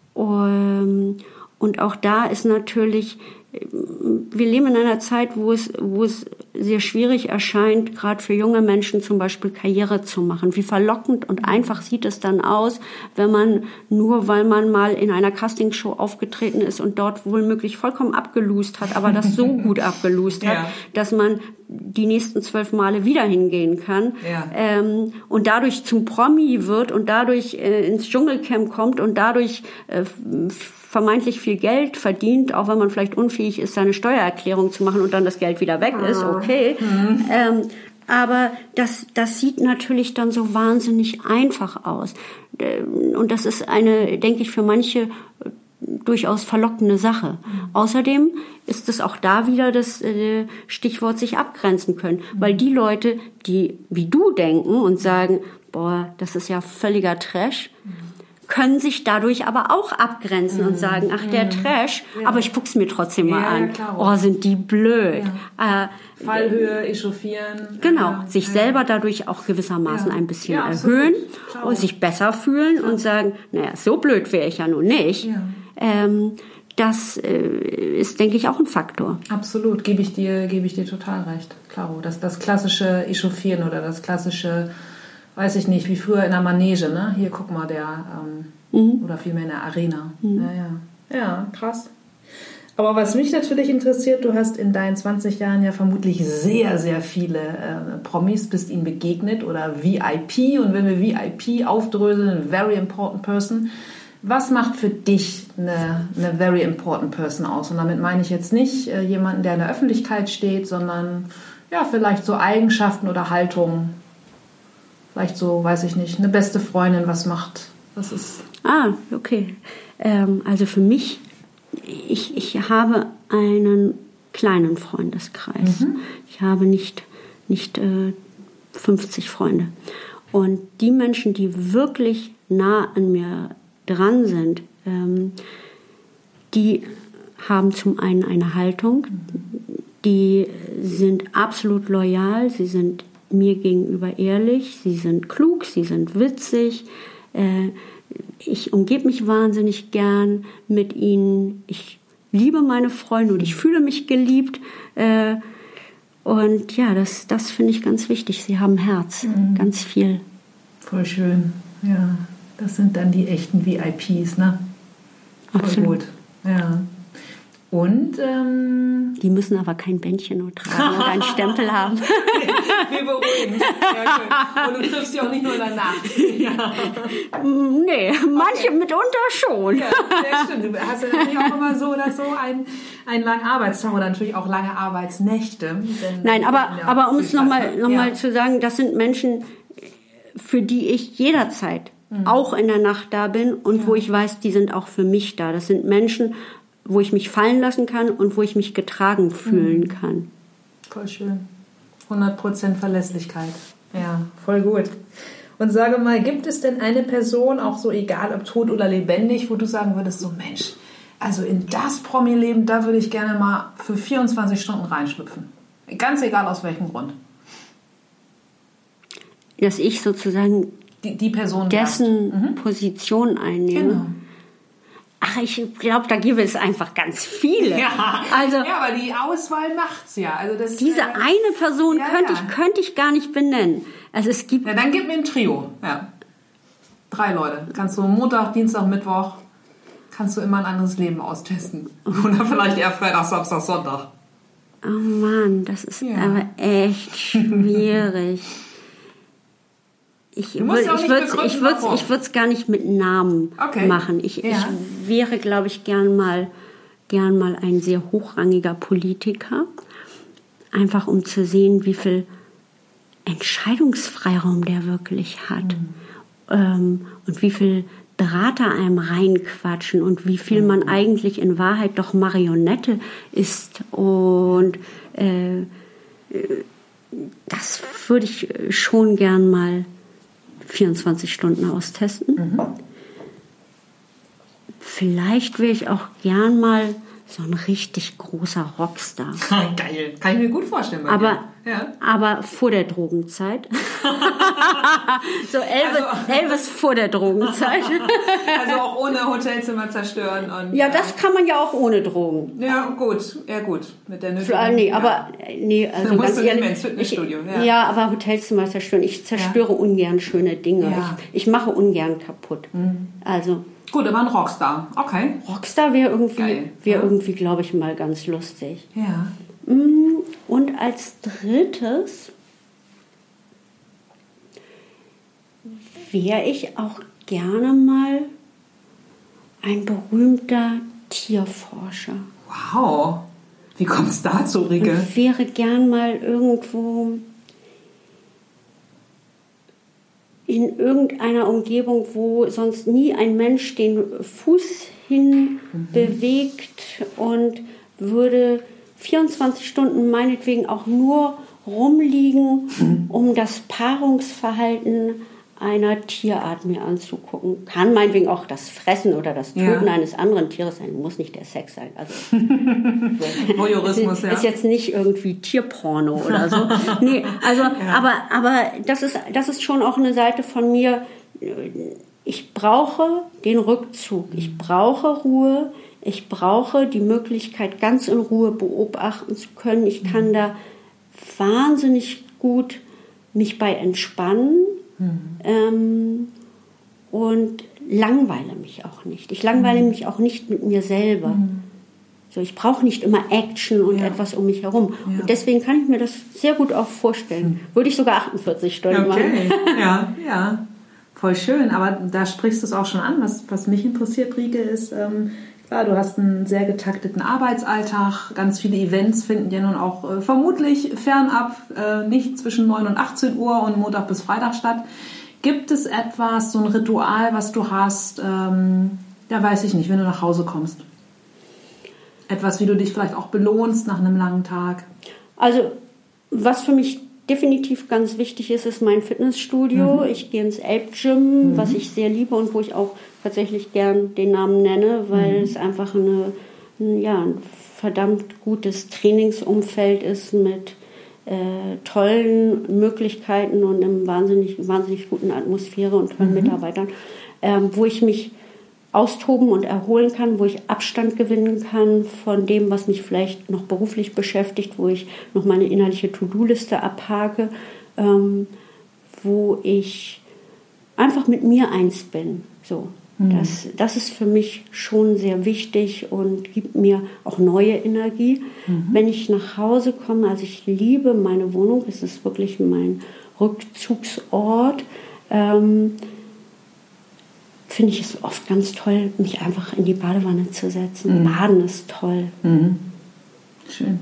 Und auch da ist natürlich, wir leben in einer Zeit, wo es sehr schwierig erscheint, gerade für junge Menschen zum Beispiel Karriere zu machen. Wie verlockend und einfach sieht es dann aus, wenn man nur, weil man mal in einer Castingshow aufgetreten ist und dort wohlmöglich vollkommen abgelust hat, aber das so gut abgelust hat, dass man die nächsten 12 Male wieder hingehen kann und dadurch zum Promi wird und dadurch ins Dschungelcamp kommt und dadurch vermeintlich viel Geld verdient, auch wenn man vielleicht unfähig ist, seine Steuererklärung zu machen und dann das Geld wieder weg ist, okay. Aber das sieht natürlich dann so wahnsinnig einfach aus. Und das ist eine, denke ich, für manche durchaus verlockende Sache. Außerdem ist es auch da wieder das Stichwort sich abgrenzen können. Weil die Leute, die wie du denken und sagen, boah, das ist ja völliger Trash, können sich dadurch aber auch abgrenzen und sagen, ach, der Trash, aber ich guck's mir trotzdem mal an. Klar. Oh, sind die blöd. Fallhöhe, echauffieren. Genau, sich selber dadurch auch gewissermaßen ein bisschen erhöhen und sich besser fühlen und sagen, naja, so blöd wäre ich ja nun nicht. Das ist, denke ich, auch ein Faktor. Absolut, gebe ich dir total recht. Klaro, das klassische Echauffieren oder das klassische, weiß ich nicht, wie früher in der Manege, ne? Hier, guck mal, oder vielmehr in der Arena. Ja, krass. Aber was mich natürlich interessiert, du hast in deinen 20 Jahren ja vermutlich sehr, sehr viele Promis, bist ihnen begegnet oder VIP. Und wenn wir VIP aufdröseln, very important person, was macht für dich eine very important person aus? Und damit meine ich jetzt nicht jemanden, der in der Öffentlichkeit steht, sondern ja, vielleicht so Eigenschaften oder Haltungen. Vielleicht so, weiß ich nicht, eine beste Freundin, was ist... Okay. Also für mich, ich habe einen kleinen Freundeskreis. Ich habe nicht 50 Freunde. Und die Menschen, die wirklich nah an mir dran sind, die haben zum einen eine Haltung, die sind absolut loyal, sie sind mir gegenüber ehrlich, sie sind klug, sie sind witzig, ich umgebe mich wahnsinnig gern mit ihnen, ich liebe meine Freunde und ich fühle mich geliebt. Und ja, das finde ich ganz wichtig. Sie haben Herz, ganz viel. Voll schön, ja. Das sind dann die echten VIPs, ne? Voll Absolut. gut, ja. Und die müssen aber kein Bändchen tragen oder einen Stempel haben. Wir beruhigen. Ja, schön. Und du triffst sie auch nicht nur in der Nacht. Ja. Nee, manche mitunter schon. Ja, stimmt. Du hast ja natürlich auch immer so oder so einen langen Arbeitstag oder natürlich auch lange Arbeitsnächte. Nein, aber um es nochmal zu sagen, das sind Menschen, für die ich jederzeit auch in der Nacht da bin und wo ich weiß, die sind auch für mich da. Das sind Menschen, wo ich mich fallen lassen kann und wo ich mich getragen fühlen kann. Voll schön. 100% Verlässlichkeit. Ja, voll gut. Und sage mal, gibt es denn eine Person, auch so egal ob tot oder lebendig, wo du sagen würdest, so Mensch, also in das Promi-Leben, da würde ich gerne mal für 24 Stunden reinschlüpfen. Ganz egal aus welchem Grund. Dass ich sozusagen die Person dessen Position einnehme. Genau. Ach, ich glaube, da gibt es einfach ganz viele. Ja, also, ja, aber die Auswahl macht's ja. Also das, diese eine Person könnte ich gar nicht benennen. Also es gibt. Ja, dann gib mir ein Trio. Ja. 3 Leute. Kannst du Montag, Dienstag, Mittwoch, kannst du immer ein anderes Leben austesten. Oder vielleicht eher Freitag, Samstag, Sonntag. Oh Mann, das ist aber echt schwierig. Ich würde es gar nicht mit Namen machen. Ich wäre, glaube ich, gern mal ein sehr hochrangiger Politiker. Einfach um zu sehen, wie viel Entscheidungsfreiraum der wirklich hat. Und wie viel Berater einem reinquatschen und wie viel man eigentlich in Wahrheit doch Marionette ist. Und das würde ich schon gern mal 24 Stunden austesten. Vielleicht wäre ich auch gern mal so ein richtig großer Rockstar. Geil. Kann ich mir gut vorstellen. Aber vor der Drogenzeit. So Elvis vor der Drogenzeit. Also auch ohne Hotelzimmer zerstören. Und, ja, das kann man ja auch ohne Drogen. Ja, gut. Mit der also ganz ehrlich, ins Fitnessstudio. Ja, aber Hotelzimmer zerstören. Ich zerstöre ungern schöne Dinge. Ja. Ich mache ungern kaputt. Also... Gut, aber ein Rockstar. Okay. Rockstar wäre irgendwie, glaube ich, mal ganz lustig. Ja. Und als drittes wäre ich auch gerne mal ein berühmter Tierforscher. Wow. Wie kommt es dazu, Rike? Und wäre gern mal irgendwo in irgendeiner Umgebung, wo sonst nie ein Mensch den Fuß hin bewegt und würde 24 Stunden meinetwegen auch nur rumliegen, um das Paarungsverhalten einer Tierart mir anzugucken. Kann meinetwegen auch das Fressen oder das Töten eines anderen Tieres sein, muss nicht der Sex sein. Also Voyeurismus, ist jetzt nicht irgendwie Tierporno oder so. Nee, also aber das ist schon auch eine Seite von mir. Ich brauche den Rückzug, ich brauche Ruhe, ich brauche die Möglichkeit, ganz in Ruhe beobachten zu können. Ich kann da wahnsinnig gut mich bei entspannen. Und langweile mich auch nicht. Ich langweile mich auch nicht mit mir selber. So, ich brauche nicht immer Action und etwas um mich herum. Und deswegen kann ich mir das sehr gut auch vorstellen. Würde ich sogar 48 Stunden machen. Ja. Voll schön. Aber da sprichst du es auch schon an. Was mich interessiert, Rike, ist, klar, du hast einen sehr getakteten Arbeitsalltag. Ganz viele Events finden ja nun auch vermutlich fernab, nicht zwischen 9 und 18 Uhr und Montag bis Freitag statt. Gibt es etwas, so ein Ritual, was du hast, weiß ich nicht, wenn du nach Hause kommst? Etwas, wie du dich vielleicht auch belohnst nach einem langen Tag? Also, was für mich definitiv ganz wichtig ist mein Fitnessstudio. Ich gehe ins Elbgym, was ich sehr liebe und wo ich auch tatsächlich gern den Namen nenne, weil es einfach eine ein verdammt gutes Trainingsumfeld ist mit tollen Möglichkeiten und einem wahnsinnig guten Atmosphäre und tollen Mitarbeitern, wo ich mich austoben und erholen kann, wo ich Abstand gewinnen kann von dem, was mich vielleicht noch beruflich beschäftigt, wo ich noch meine innerliche To-Do-Liste abhake, wo ich einfach mit mir eins bin. So. Das ist für mich schon sehr wichtig und gibt mir auch neue Energie. Wenn ich nach Hause komme, also ich liebe meine Wohnung, es ist wirklich mein Rückzugsort, finde ich es oft ganz toll, mich einfach in die Badewanne zu setzen. Baden ist toll. Schön.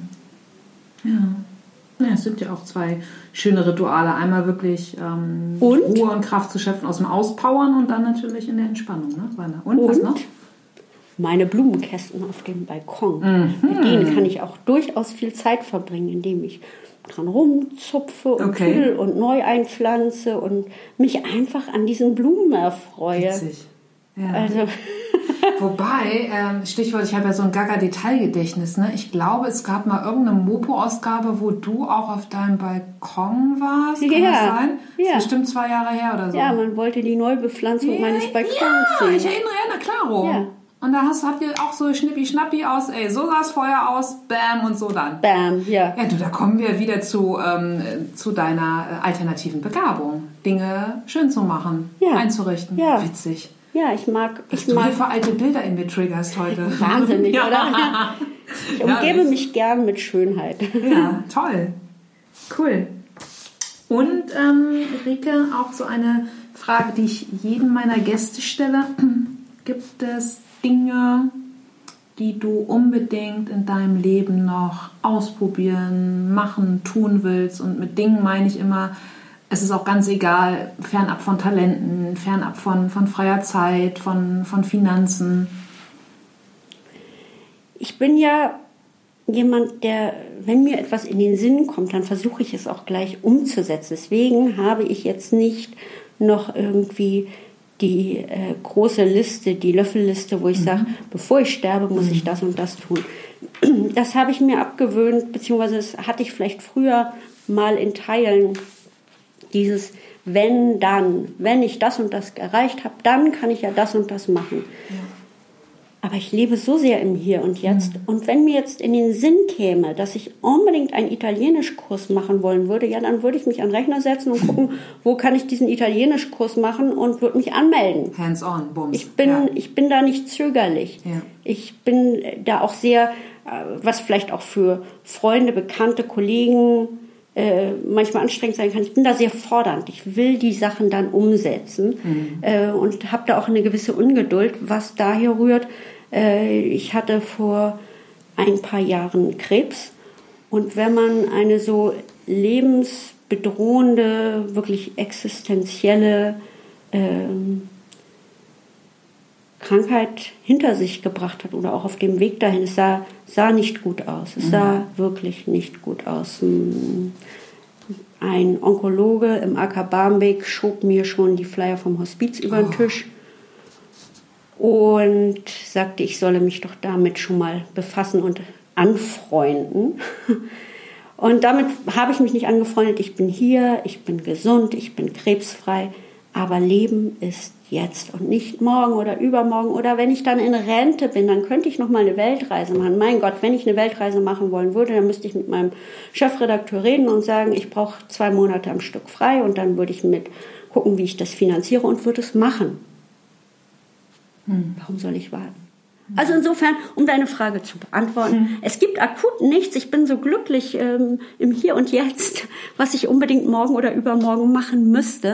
Ja, es gibt ja auch 2 schöne Rituale. Einmal wirklich Ruhe und Kraft zu schöpfen aus dem Auspowern und dann natürlich in der Entspannung. Ne? Und was noch? Meine Blumenkästen auf dem Balkon. Mit denen kann ich auch durchaus viel Zeit verbringen, indem ich dran rumzupfe und tüdel und neu einpflanze und mich einfach an diesen Blumen erfreue. Witzig. Ja. Also wobei, Stichwort, ich habe ja so ein Gaga-Detailgedächtnis. Ne? Ich glaube, es gab mal irgendeine Mopo-Ausgabe, wo du auch auf deinem Balkon warst. Kann das sein? Das ist bestimmt 2 Jahre her oder so. Ja, man wollte die Neubepflanzung meines Balkons sehen. Ich erinnere, na klaro. Ja. Und da habt ihr auch so Schnippi-Schnappi aus, so sah es vorher aus, bam und so dann. Bam, ja. Ja, du, da kommen wir wieder zu deiner alternativen Begabung. Dinge schön zu machen, einzurichten. Ja. Witzig. Ja, ich mag... du hier für alte Bilder in mir triggerst heute. Wahnsinnig, oder? Ich umgebe mich gern mit Schönheit. Ja, toll. Cool. Und, Rike, auch so eine Frage, die ich jedem meiner Gäste stelle. Gibt es Dinge, die du unbedingt in deinem Leben noch ausprobieren, machen, tun willst? Und mit Dingen meine ich immer, es ist auch ganz egal, fernab von Talenten, fernab von freier Zeit, von Finanzen. Ich bin ja jemand, der, wenn mir etwas in den Sinn kommt, dann versuche ich es auch gleich umzusetzen. Deswegen habe ich jetzt nicht noch irgendwie die große Liste, die Löffelliste, wo ich sage, bevor ich sterbe, muss ich das und das tun. Das habe ich mir abgewöhnt, beziehungsweise das hatte ich vielleicht früher mal in Teilen, dieses wenn, dann, wenn ich das und das erreicht habe, dann kann ich ja das und das machen. Ja. Aber ich lebe so sehr im Hier und Jetzt. Und wenn mir jetzt in den Sinn käme, dass ich unbedingt einen Italienischkurs machen wollen würde, ja, dann würde ich mich an den Rechner setzen und gucken, wo kann ich diesen Italienischkurs machen und würde mich anmelden. Hands-on, Bums. Ich bin da nicht zögerlich. Ja. Ich bin da auch sehr, was vielleicht auch für Freunde, Bekannte, Kollegen manchmal anstrengend sein kann. Ich bin da sehr fordernd. Ich will die Sachen dann umsetzen und habe da auch eine gewisse Ungeduld, was daher rührt. Ich hatte vor ein paar Jahren Krebs und wenn man eine so lebensbedrohende, wirklich existenzielle Krankheit hinter sich gebracht hat oder auch auf dem Weg dahin, es sah nicht gut aus. Es sah wirklich nicht gut aus. Ein Onkologe im AK Barmbek schob mir schon die Flyer vom Hospiz über den Tisch und sagte, ich solle mich doch damit schon mal befassen und anfreunden. Und damit habe ich mich nicht angefreundet. Ich bin hier, ich bin gesund, ich bin krebsfrei, aber Leben ist jetzt und nicht morgen oder übermorgen oder wenn ich dann in Rente bin, dann könnte ich noch mal eine Weltreise machen. Mein Gott, wenn ich eine Weltreise machen wollen würde, dann müsste ich mit meinem Chefredakteur reden und sagen, ich brauche 2 Monate am Stück frei und dann würde ich mit gucken, wie ich das finanziere und würde es machen. Warum soll ich warten? Also insofern, um deine Frage zu beantworten, es gibt akut nichts. Ich bin so glücklich im Hier und Jetzt, was ich unbedingt morgen oder übermorgen machen müsste,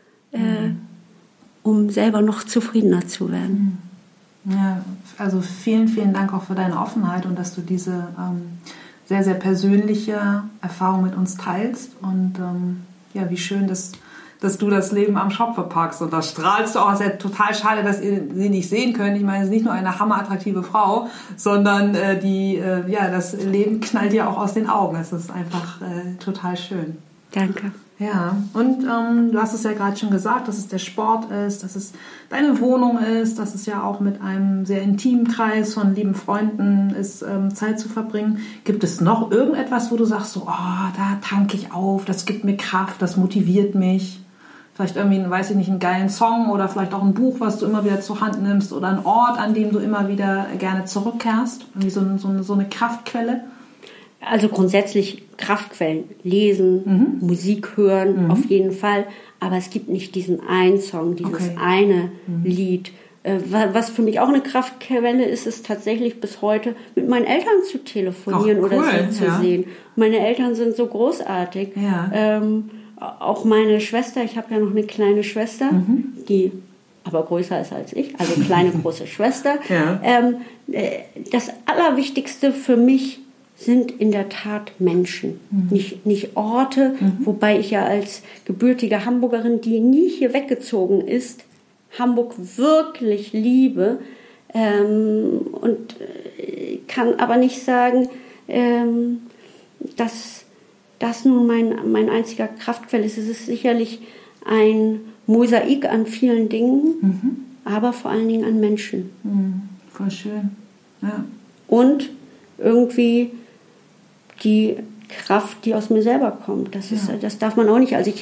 um selber noch zufriedener zu werden. Ja, also vielen, vielen Dank auch für deine Offenheit und dass du diese sehr, sehr persönliche Erfahrung mit uns teilst. Und ja, wie schön, dass du das Leben am Schopfe packst. Und da strahlst du auch. Es ist ja total schade, dass ihr sie nicht sehen könnt. Ich meine, es ist nicht nur eine hammerattraktive Frau, sondern das Leben knallt dir auch aus den Augen. Es ist einfach total schön. Danke. Ja, und du hast es ja gerade schon gesagt, dass es der Sport ist, dass es deine Wohnung ist, dass es ja auch mit einem sehr intimen Kreis von lieben Freunden ist, Zeit zu verbringen. Gibt es noch irgendetwas, wo du sagst, so, da tanke ich auf, das gibt mir Kraft, das motiviert mich? Vielleicht irgendwie, weiß ich nicht, einen geilen Song oder vielleicht auch ein Buch, was du immer wieder zur Hand nimmst oder ein Ort, an dem du immer wieder gerne zurückkehrst? Irgendwie so eine Kraftquelle? Also grundsätzlich Kraftquellen, lesen, Musik hören, auf jeden Fall. Aber es gibt nicht diesen einen Song, dieses eine Lied. Was für mich auch eine Kraftquelle ist, ist tatsächlich bis heute mit meinen Eltern zu telefonieren oder sie zu sehen. Meine Eltern sind so großartig. Ja. Auch meine Schwester, ich habe ja noch eine kleine Schwester, die aber größer ist als ich, also kleine, große Schwester. Ja. Das Allerwichtigste für mich sind in der Tat Menschen, nicht Orte, wobei ich ja als gebürtige Hamburgerin, die nie hier weggezogen ist, Hamburg wirklich liebe und kann aber nicht sagen, dass das nun mein einziger Kraftquell ist. Es ist sicherlich ein Mosaik an vielen Dingen, aber vor allen Dingen an Menschen. Voll schön. Ja. Und irgendwie die Kraft, die aus mir selber kommt. Das darf man auch nicht. Also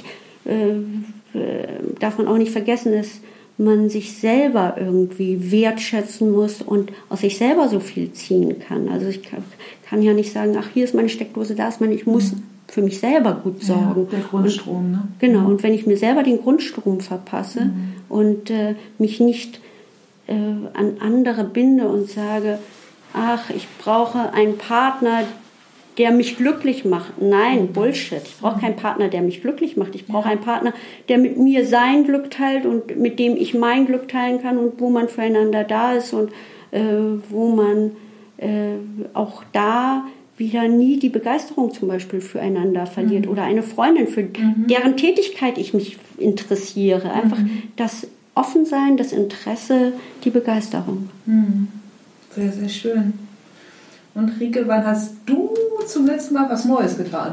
darf man auch nicht vergessen, dass man sich selber irgendwie wertschätzen muss und aus sich selber so viel ziehen kann. Also ich kann ja nicht sagen, ach, hier ist meine Steckdose, da ist meine, ich muss für mich selber gut sorgen. Ja, der Grundstrom, ne? Genau, und wenn ich mir selber den Grundstrom verpasse und mich nicht an andere binde und sage, ach, ich brauche einen Partner, der mich glücklich macht. Nein, Bullshit. Ich brauche keinen Partner, der mich glücklich macht. Ich brauche einen Partner, der mit mir sein Glück teilt und mit dem ich mein Glück teilen kann und wo man füreinander da ist und wo man auch da wieder nie die Begeisterung zum Beispiel füreinander verliert oder eine Freundin, für deren Tätigkeit ich mich interessiere. Einfach das Offensein, das Interesse, die Begeisterung. Sehr, sehr schön. Und Rike, wann hast du zum letzten Mal was Neues getan?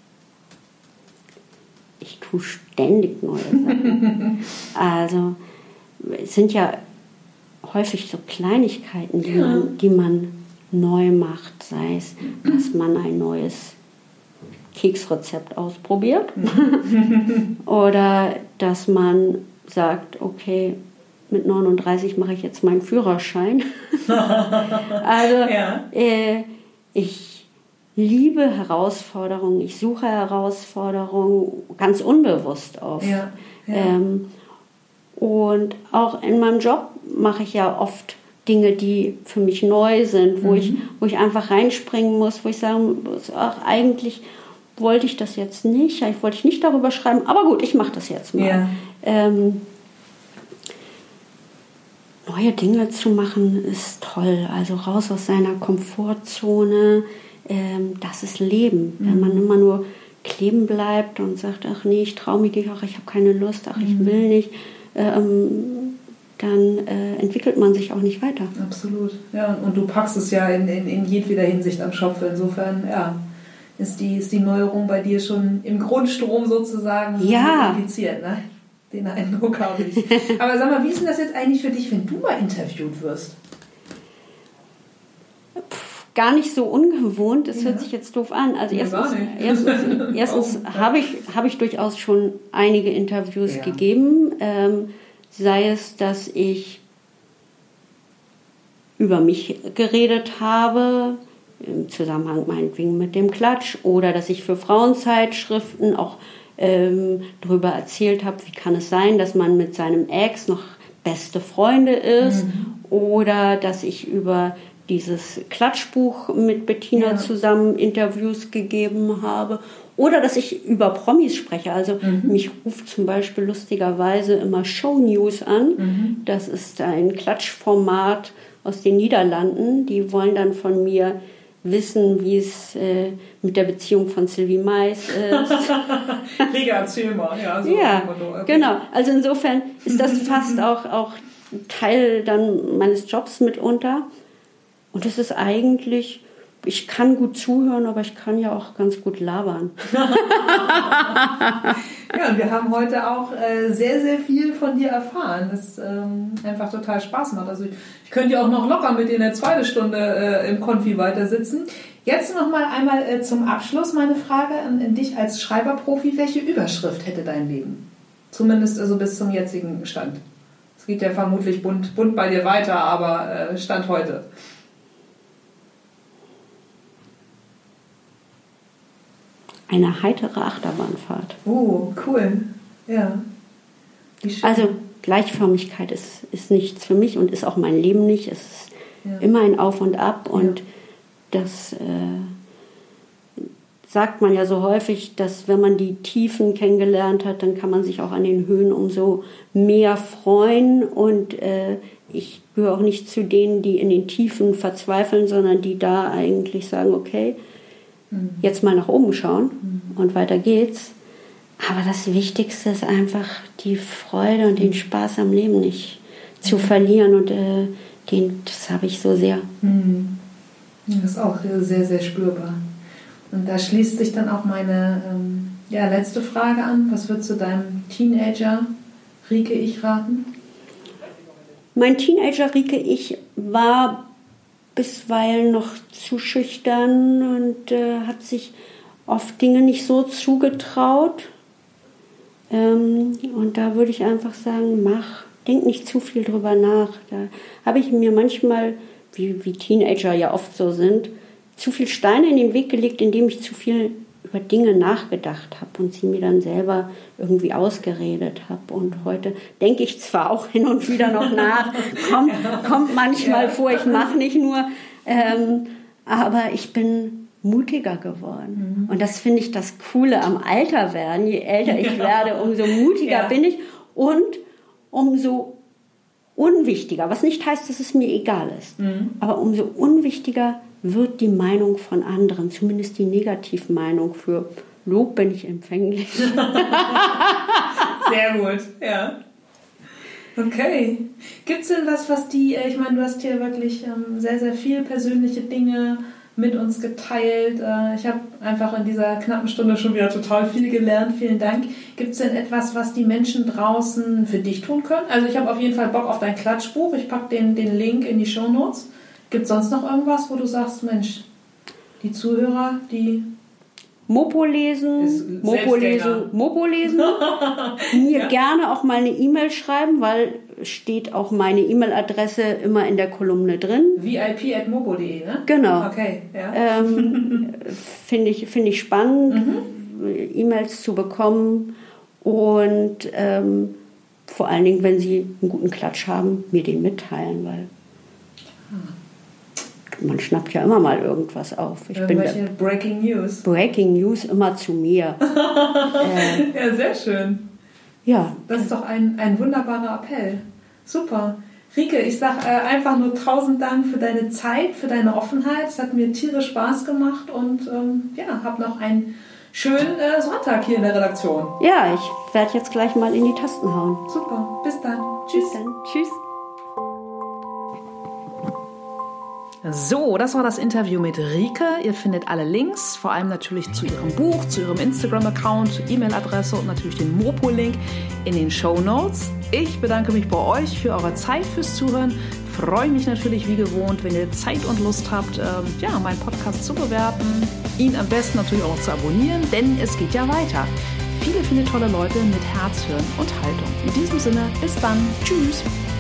Ich tue ständig neue Sachen. Also es sind ja häufig so Kleinigkeiten, die man neu macht. Sei es, dass man ein neues Keksrezept ausprobiert oder dass man sagt, okay, mit 39 mache ich jetzt meinen Führerschein. Also ich liebe Herausforderungen, ich suche Herausforderungen ganz unbewusst oft. Ja. Und auch in meinem Job mache ich ja oft Dinge, die für mich neu sind, wo ich einfach reinspringen muss, wo ich sagen muss, ach, eigentlich wollte ich das jetzt nicht, ich wollte nicht darüber schreiben, aber gut, ich mache das jetzt mal. Ja. Neue Dinge zu machen ist toll, also raus aus seiner Komfortzone, das ist Leben. Wenn man immer nur kleben bleibt und sagt, ach nee, ich traue mich nicht, ach ich habe keine Lust, ach ich will nicht, dann entwickelt man sich auch nicht weiter. Absolut, ja, und du packst es ja in jedweder Hinsicht am Schopf, insofern, ja, ist die Neuerung bei dir schon im Grundstrom sozusagen impliziert, ne? Den Eindruck habe ich. Aber sag mal, wie ist denn das jetzt eigentlich für dich, wenn du mal interviewt wirst? Gar nicht so ungewohnt, das hört sich jetzt doof an. Also erstens habe ich durchaus schon einige Interviews gegeben, sei es, dass ich über mich geredet habe, im Zusammenhang meinetwegen mit dem Klatsch, oder dass ich für Frauenzeitschriften auch darüber erzählt habe, wie kann es sein, dass man mit seinem Ex noch beste Freunde ist, oder dass ich über dieses Klatschbuch mit Bettina zusammen Interviews gegeben habe, oder dass ich über Promis spreche. Also mich ruft zum Beispiel lustigerweise immer Show News an. Das ist ein Klatschformat aus den Niederlanden. Die wollen dann von mir wissen, wie es mit der Beziehung von Sylvie Mais ist. Riga, erzähl mal. Okay. Genau. Also insofern ist das fast auch Teil dann meines Jobs mitunter. Und es ist eigentlich ich kann gut zuhören, aber ich kann ja auch ganz gut labern. Ja, und wir haben heute auch sehr, sehr viel von dir erfahren, das einfach total Spaß macht. Also ich könnte ja auch noch locker mit dir eine zweite Stunde im Konfi weiter sitzen. Jetzt noch mal einmal zum Abschluss meine Frage an dich als Schreiberprofi. Welche Überschrift hätte dein Leben? Zumindest also bis zum jetzigen Stand. Es geht ja vermutlich bunt bei dir weiter, aber Stand heute. Eine heitere Achterbahnfahrt. Oh, cool. Ja. Also Gleichförmigkeit ist nichts für mich und ist auch mein Leben nicht. Es ist immer ein Auf und Ab und das sagt man ja so häufig, dass wenn man die Tiefen kennengelernt hat, dann kann man sich auch an den Höhen umso mehr freuen und ich gehöre auch nicht zu denen, die in den Tiefen verzweifeln, sondern die da eigentlich sagen, okay, jetzt mal nach oben schauen und weiter geht's. Aber das Wichtigste ist einfach die Freude und den Spaß am Leben nicht zu verlieren und das habe ich so sehr. Das ist auch sehr, sehr spürbar. Und da schließt sich dann auch meine letzte Frage an. Was würdest du deinem Teenager Rike Ich raten? Mein Teenager Rike Ich war bisweilen noch zu schüchtern und hat sich oft Dinge nicht so zugetraut. Und da würde ich einfach sagen, denk nicht zu viel drüber nach. Da habe ich mir manchmal, wie Teenager ja oft so sind, zu viel Steine in den Weg gelegt, indem ich zu viel über Dinge nachgedacht habe und sie mir dann selber irgendwie ausgeredet habe. Und heute denke ich zwar auch hin und wieder noch nach, kommt manchmal vor, ich mache nicht nur, aber ich bin mutiger geworden. Und das finde ich das Coole am Alterwerden. Je älter ich werde, umso mutiger bin ich und umso unwichtiger, was nicht heißt, dass es mir egal ist, aber umso unwichtiger wird die Meinung von anderen, zumindest die Negativmeinung. Für Lob bin ich empfänglich. Sehr gut, ja. Okay. Gibt es denn was die, ich meine, du hast hier wirklich sehr, sehr viel persönliche Dinge mit uns geteilt. Ich habe einfach in dieser knappen Stunde schon wieder total viel gelernt. Vielen Dank. Gibt es denn etwas, was die Menschen draußen für dich tun können? Also ich habe auf jeden Fall Bock auf dein Klatschbuch. Ich packe den Link in die Shownotes. Gibt es sonst noch irgendwas, wo du sagst, Mensch, die Zuhörer, die... Mopo lesen. Mir gerne auch mal eine E-Mail schreiben, weil steht auch meine E-Mail-Adresse immer in der Kolumne drin. vip@mopo.de, ne? Genau. Okay, ja. Finde ich spannend, E-Mails zu bekommen und vor allen Dingen, wenn Sie einen guten Klatsch haben, mir den mitteilen, weil man schnappt ja immer mal irgendwas auf. Irgendwelche Breaking News. Breaking News immer zu mir. Ja, sehr schön. Ja. Das ist doch ein wunderbarer Appell. Super. Rike, ich sage einfach nur 1000 Dank für deine Zeit, für deine Offenheit. Es hat mir tierisch Spaß gemacht und hab noch einen schönen Sonntag hier in der Redaktion. Ja, ich werde jetzt gleich mal in die Tasten hauen. Super. Bis dann. Tschüss. Bis dann. Tschüss. So, das war das Interview mit Rike. Ihr findet alle Links, vor allem natürlich zu ihrem Buch, zu ihrem Instagram-Account, E-Mail-Adresse und natürlich den Mopo-Link in den Shownotes. Ich bedanke mich bei euch für eure Zeit, fürs Zuhören. Freue mich natürlich wie gewohnt, wenn ihr Zeit und Lust habt, meinen Podcast zu bewerten, ihn am besten natürlich auch zu abonnieren, denn es geht ja weiter. Viele, viele tolle Leute mit Herz, Hirn und Haltung. In diesem Sinne, bis dann. Tschüss.